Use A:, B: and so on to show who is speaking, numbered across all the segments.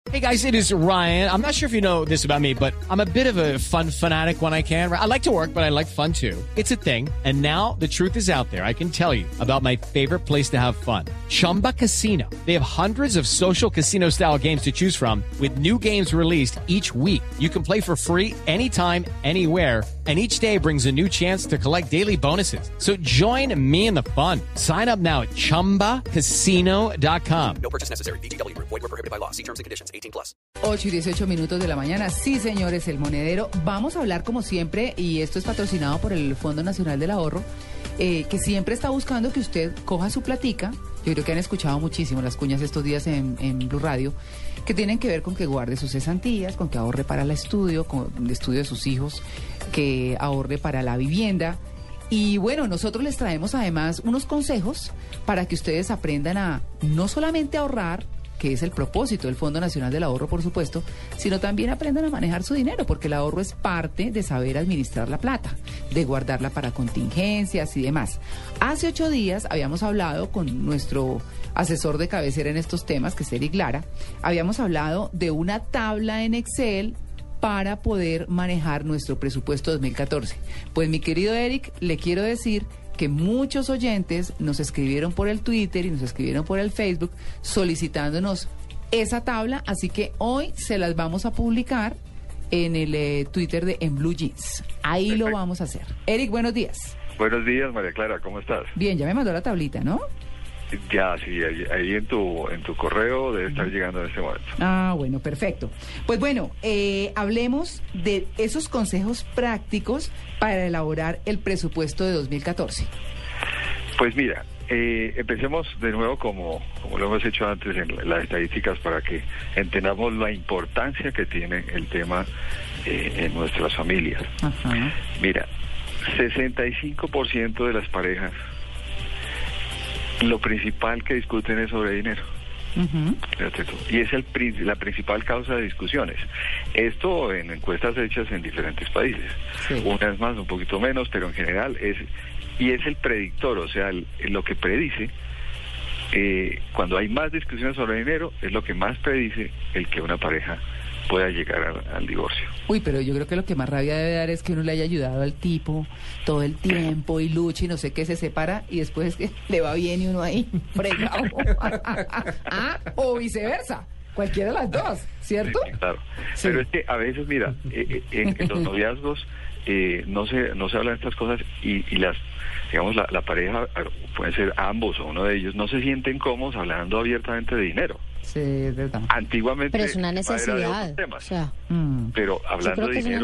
A: Hey guys, it is Ryan. I'm not sure if you know this about me, but I'm a bit of a fun fanatic when I can. I like to work, but I like fun too. It's a thing. And now the truth is out there. I can tell you about my favorite place to have fun. Chumba Casino. They have hundreds of social casino style games to choose from with new games released each week. You can play for free anytime, anywhere. And each day brings a new chance to collect daily bonuses. So join me in the fun. Sign up now at ChumbaCasino.com.
B: No purchase necessary. VGW Group. Void where prohibited by law. See terms and conditions. 18+.
C: 8:18 de la mañana. Sí, señores, El Monedero. Vamos a hablar como siempre, y esto es patrocinado por el Fondo Nacional del Ahorro, que siempre está buscando que usted coja su platica. Yo creo que han escuchado muchísimo las cuñas estos días en Blue Radio, que tienen que ver con que guarde sus cesantías, con que ahorre para el estudio, con el estudio de sus hijos, que ahorre para la vivienda. Y bueno, nosotros les traemos además unos consejos para que ustedes aprendan a no solamente ahorrar, que es el propósito del Fondo Nacional del Ahorro, por supuesto, sino también aprendan a manejar su dinero, porque el ahorro es parte de saber administrar la plata, de guardarla para contingencias y demás. Hace 8 días habíamos hablado con nuestro asesor de cabecera en estos temas, que es Eric Lara. Habíamos hablado de una tabla en Excel para poder manejar nuestro presupuesto 2014. Pues mi querido Eric, le quiero decir que muchos oyentes nos escribieron por el Twitter y nos escribieron por el Facebook solicitándonos esa tabla, así que hoy se las vamos a publicar en el Twitter de En Blue Jeans. Ahí Perfecto. Lo vamos a hacer. Eric, buenos días.
D: Buenos días, María Clara, ¿cómo estás?
C: Bien, ya me mandó la tablita, ¿no?
D: Ya, sí, ahí en tu correo debe estar llegando en este momento.
C: Ah, bueno, perfecto. Pues bueno, hablemos de esos consejos prácticos para elaborar el presupuesto de 2014.
D: Pues mira, empecemos de nuevo como lo hemos hecho antes en las estadísticas para que entendamos la importancia que tiene el tema en nuestras familias.
C: Ajá.
D: Mira, 65% de las parejas lo principal que discuten es sobre dinero.
C: Uh-huh.
D: Y es la principal causa de discusiones. Esto en encuestas hechas en diferentes países.
C: Sí.
D: Unas más, un poquito menos, pero en general es el predictor, o sea, lo que predice, cuando hay más discusiones sobre dinero, es lo que más predice el que una pareja pueda llegar al divorcio.
C: Uy, pero yo creo que lo que más rabia debe dar es que uno le haya ayudado al tipo todo el tiempo y lucha y no sé qué, se separa y después es que le va bien y uno ahí fregado. O viceversa, cualquiera de las dos, ¿cierto?
D: Sí, claro.
C: Sí.
D: Pero es que a veces, mira, en los noviazgos no se hablan de estas cosas y las, digamos, la pareja, puede ser ambos o uno de ellos, no se sienten cómodos hablando abiertamente de dinero.
C: Sí, es verdad.
D: Antiguamente
E: pero es una necesidad,
D: temas,
E: o sea,
D: pero hablando de dinero,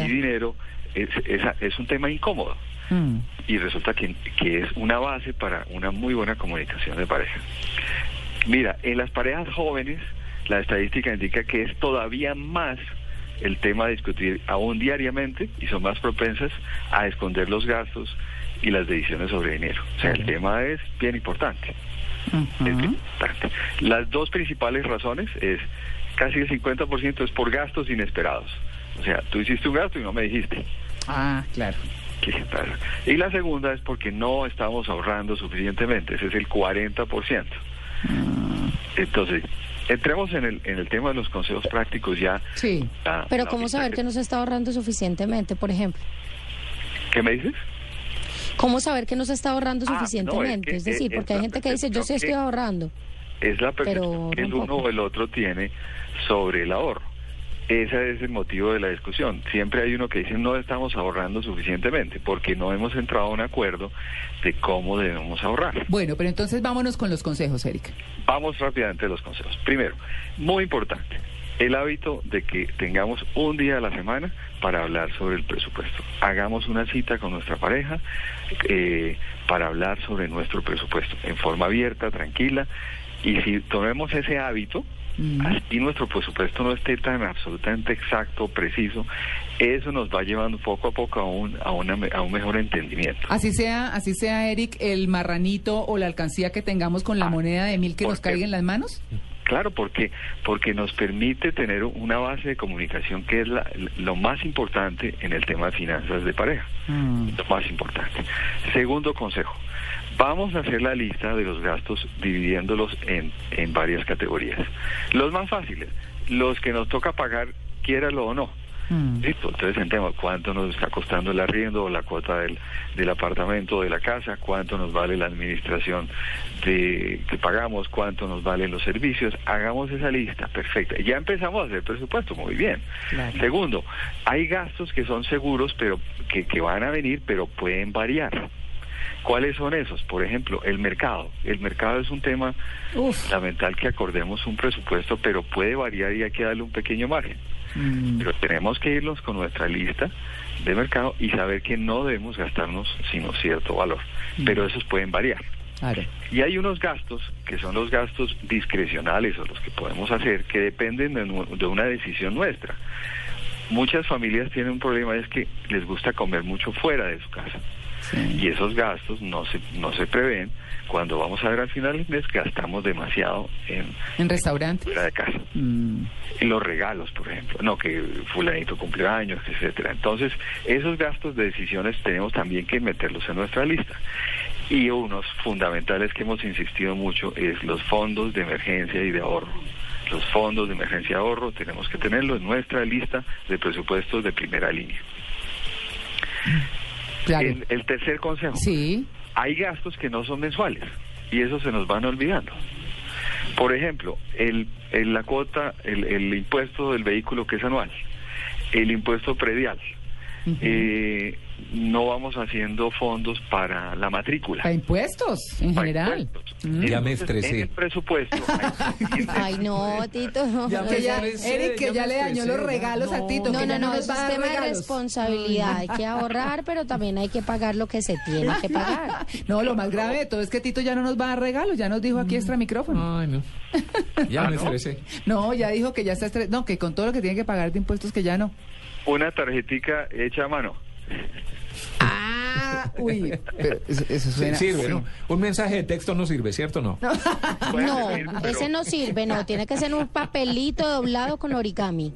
D: es un tema incómodo. Y resulta que es una base para una muy buena comunicación de pareja. Mira, en las parejas jóvenes, la estadística indica que es todavía más el tema de discutir aún diariamente y son más propensas a esconder los gastos y las decisiones sobre dinero. O sea, el tema es bien importante.
C: Uh-huh.
D: Es bien importante. Las dos principales razones es casi el 50% es por gastos inesperados. O sea, tú hiciste un gasto y no me dijiste.
C: Ah, claro.
D: ¿Qué pasa? Y la segunda es porque no estamos ahorrando suficientemente. Ese es el 40%. Entonces, entremos en el tema de los consejos prácticos ya.
C: Sí.
E: pero ¿cómo saber que no se está ahorrando suficientemente, por ejemplo?
D: ¿Qué me dices?
E: ¿Cómo saber que no se está ahorrando suficientemente? Es decir, porque hay gente que dice, yo sí estoy ahorrando.
D: Es la percepción que el uno o el otro tiene sobre el ahorro. Ese es el motivo de la discusión. Siempre hay uno que dice, no estamos ahorrando suficientemente, porque no hemos entrado a un acuerdo de cómo debemos ahorrar.
C: Bueno, pero entonces vámonos con los consejos, Eric.
D: Vamos rápidamente a los consejos. Primero, muy importante, el hábito de que tengamos un día a la semana para hablar sobre el presupuesto. Hagamos una cita con nuestra pareja para hablar sobre nuestro presupuesto en forma abierta, tranquila, y si tomemos ese hábito, así nuestro presupuesto no esté tan absolutamente exacto, preciso, eso nos va llevando poco a poco a un mejor entendimiento.
C: Así sea, Eric, el marranito o la alcancía que tengamos con la moneda de 1.000 que nos caiga en las manos.
D: Claro, porque nos permite tener una base de comunicación que es lo más importante en el tema de finanzas de pareja. Lo más importante. Segundo consejo, vamos a hacer la lista de los gastos dividiéndolos en varias categorías. Los más fáciles, los que nos toca pagar, quiéralo o no. Listo, entonces sentemos cuánto nos está costando el arriendo o la cuota del apartamento o de la casa, cuánto nos vale la administración que pagamos, cuánto nos valen los servicios, hagamos esa lista, perfecta. Ya empezamos a hacer presupuesto, muy bien. Claro. Segundo, hay gastos que son seguros, pero que van a venir, pero pueden variar. ¿Cuáles son esos? Por ejemplo, el mercado. El mercado es un tema fundamental que acordemos un presupuesto, pero puede variar y hay que darle un pequeño margen. Pero tenemos que irnos con nuestra lista de mercado y saber que no debemos gastarnos sino cierto valor. Pero esos pueden variar. Claro. Y hay unos gastos que son los gastos discrecionales o los que podemos hacer que dependen de una decisión nuestra. Muchas familias tienen un problema, es que les gusta comer mucho fuera de su casa. Sí. Y esos gastos no se prevén. Cuando vamos a ver al final del mes, gastamos demasiado en
C: restaurantes,
D: fuera de casa. En los regalos, por ejemplo, no que fulanito cumpleaños, etcétera. Entonces, esos gastos de decisiones tenemos también que meterlos en nuestra lista. Y unos fundamentales que hemos insistido mucho es los fondos de emergencia y de ahorro. Los fondos de emergencia y ahorro tenemos que tenerlos en nuestra lista de presupuestos de primera línea.
C: Claro.
D: El tercer consejo.
C: Sí.
D: Hay gastos que no son mensuales y esos se nos van olvidando. Por ejemplo, la cuota, el impuesto del vehículo que es anual, el impuesto predial. No vamos haciendo fondos para la matrícula.
C: Para impuestos, en general.
F: Ya me estresé.
D: En el presupuesto.
E: Ay, no, Tito.
C: Eric, que ya le dañó los regalos a Tito.
E: No, es un tema de responsabilidad. Hay que ahorrar, pero también hay que pagar lo que se tiene que pagar.
C: No, lo más grave de todo es que Tito ya no nos va a dar regalos. Ya nos dijo aquí extra micrófono.
F: Ay, no. Ya me estresé.
C: No, ya dijo que ya está estresado. No, que con todo lo que tiene que pagar de impuestos que ya no.
D: Una tarjetica hecha a mano.
C: Uy, pero eso suena...
F: Sirve, ¿no? Un mensaje de texto no sirve, ¿cierto o no?
E: No, ese no sirve, no. Tiene que ser un papelito doblado con origami.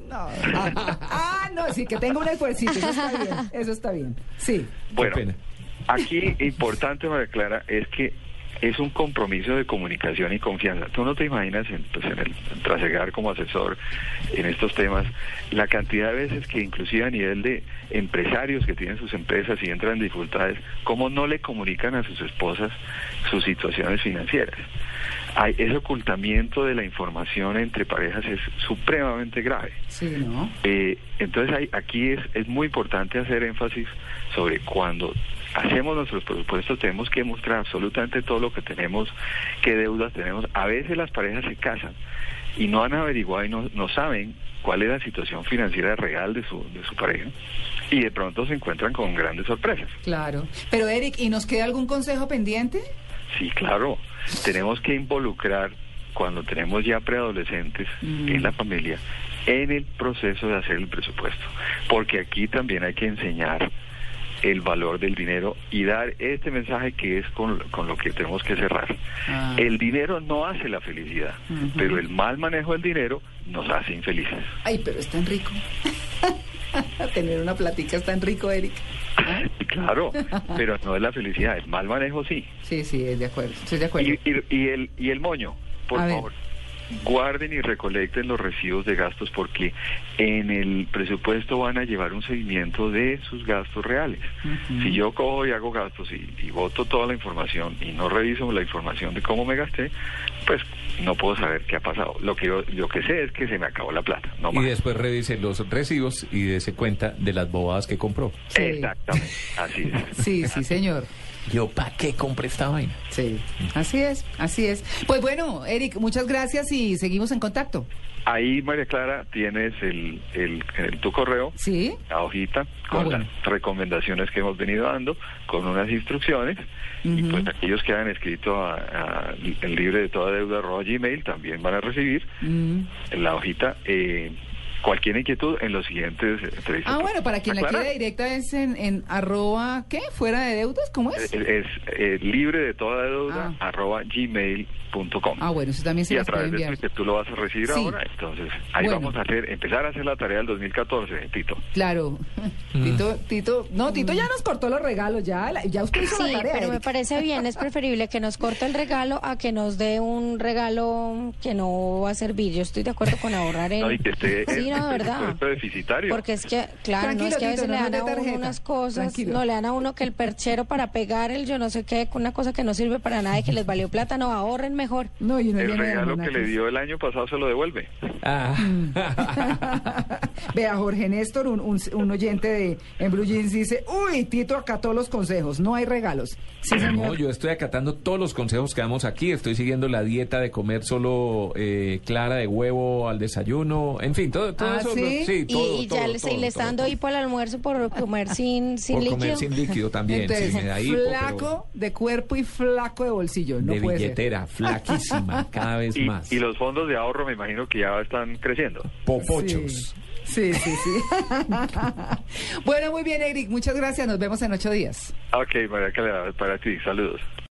C: No, sí, que tenga un esfuercito. Eso está bien. Sí.
D: Bueno, aquí importante, María Clara, es que es un compromiso de comunicación y confianza. Tú no te imaginas en el trasegar como asesor en estos temas la cantidad de veces que inclusive a nivel de empresarios que tienen sus empresas y entran en dificultades, cómo no le comunican a sus esposas sus situaciones financieras. Ese ocultamiento de la información entre parejas es supremamente grave.
C: Sí, ¿no?
D: Entonces aquí es muy importante hacer énfasis sobre cuando hacemos nuestros presupuestos, tenemos que mostrar absolutamente todo lo que tenemos, qué deudas tenemos. A veces las parejas se casan y no han averiguado y no saben cuál es la situación financiera real de su pareja y de pronto se encuentran con grandes sorpresas.
C: Claro. Pero Eric, ¿y nos queda algún consejo pendiente?
D: Sí, claro. Tenemos que involucrar, cuando tenemos ya preadolescentes en la familia, en el proceso de hacer el presupuesto. Porque aquí también hay que enseñar el valor del dinero y dar este mensaje que es con lo que tenemos que cerrar. El dinero no hace la felicidad, pero el mal manejo del dinero nos hace infelices.
C: Ay, pero es tan rico. Tener una platica es tan rico, Eric.
D: Claro, pero no es la felicidad, el mal manejo sí.
C: Sí, es de acuerdo, estoy de acuerdo.
D: Y el moño, por favor. Guarden y recolecten los recibos de gastos porque en el presupuesto van a llevar un seguimiento de sus gastos reales. Si yo cojo y hago gastos y boto toda la información y no reviso la información de cómo me gasté, pues no puedo saber qué ha pasado. Lo que sé es que se me acabó la plata. No más.
F: Y después revise los recibos y dése cuenta de las bobadas que compró.
D: Sí. Exactamente, así es.
C: Sí, señor.
F: Yo, ¿para qué compré esta vaina?
C: Sí, así es. Pues bueno, Eric, muchas gracias y seguimos en contacto.
D: Ahí, María Clara, tienes tu correo,
C: ¿sí?
D: La hojita, con las recomendaciones que hemos venido dando, con unas instrucciones, y pues aquellos que han escrito el libre de toda deuda @gmail también van a recibir la hojita. Cualquier inquietud en los siguientes entrevistas.
C: Bueno, para quien la quiera directa es en @ ¿qué? ¿Fuera de deudas? ¿Cómo es?
D: Es libre de toda deuda @gmail.com.
C: Bueno, eso también se
D: y
C: las puede enviar.
D: Y a través de que tú lo vas a recibir ahora, entonces ahí vamos a empezar a hacer la tarea del 2014, Tito.
C: Claro. Tito ya nos cortó los regalos, ya usted hizo la tarea.
E: Pero me parece bien, es preferible que nos corte el regalo a que nos dé un regalo que no va a servir. Yo estoy de acuerdo con ahorrar en...
D: No, y que esté
E: sí, no, de verdad.
D: Deficitario.
E: Porque es que, claro,
C: Tranquilo,
E: no es que a
C: Tito,
E: veces
C: no
E: le dan
C: nos
E: a
C: dé
E: uno
C: tarjeta.
E: unas cosas,
C: Tranquilo.
E: no le dan a uno que el perchero para pegar el yo no sé qué, una cosa que no sirve para nada y que les valió plata, no, ahorren mejor.
C: No, y uno
D: El
C: lleno de
D: regalo que
C: almanaques.
D: le dio el año pasado se lo devuelve.
C: Vea, Jorge Néstor, un oyente en Blue Jeans dice, uy, Tito acató los consejos, no hay regalos. Sí, señor.
F: No, yo estoy acatando todos los consejos que damos aquí. Estoy siguiendo la dieta de comer solo clara de huevo al desayuno. En fin, todo eso.
C: ¿sí?
F: Sí, todo,
E: Y ya le está dando hipo al almuerzo por comer sin
F: por
E: líquido.
F: comer sin líquido también.
C: Entonces,
F: sí, me da hipo,
C: flaco de cuerpo y flaco de bolsillo. No
F: de
C: puede ser.
F: billetera, flaquísima, cada vez más.
D: Y los fondos de ahorro me imagino que ya están creciendo.
F: Popochos.
C: Sí. Bueno, muy bien, Eric. Muchas gracias. Nos vemos en 8 días.
D: Ok, María Clara, para ti, saludos.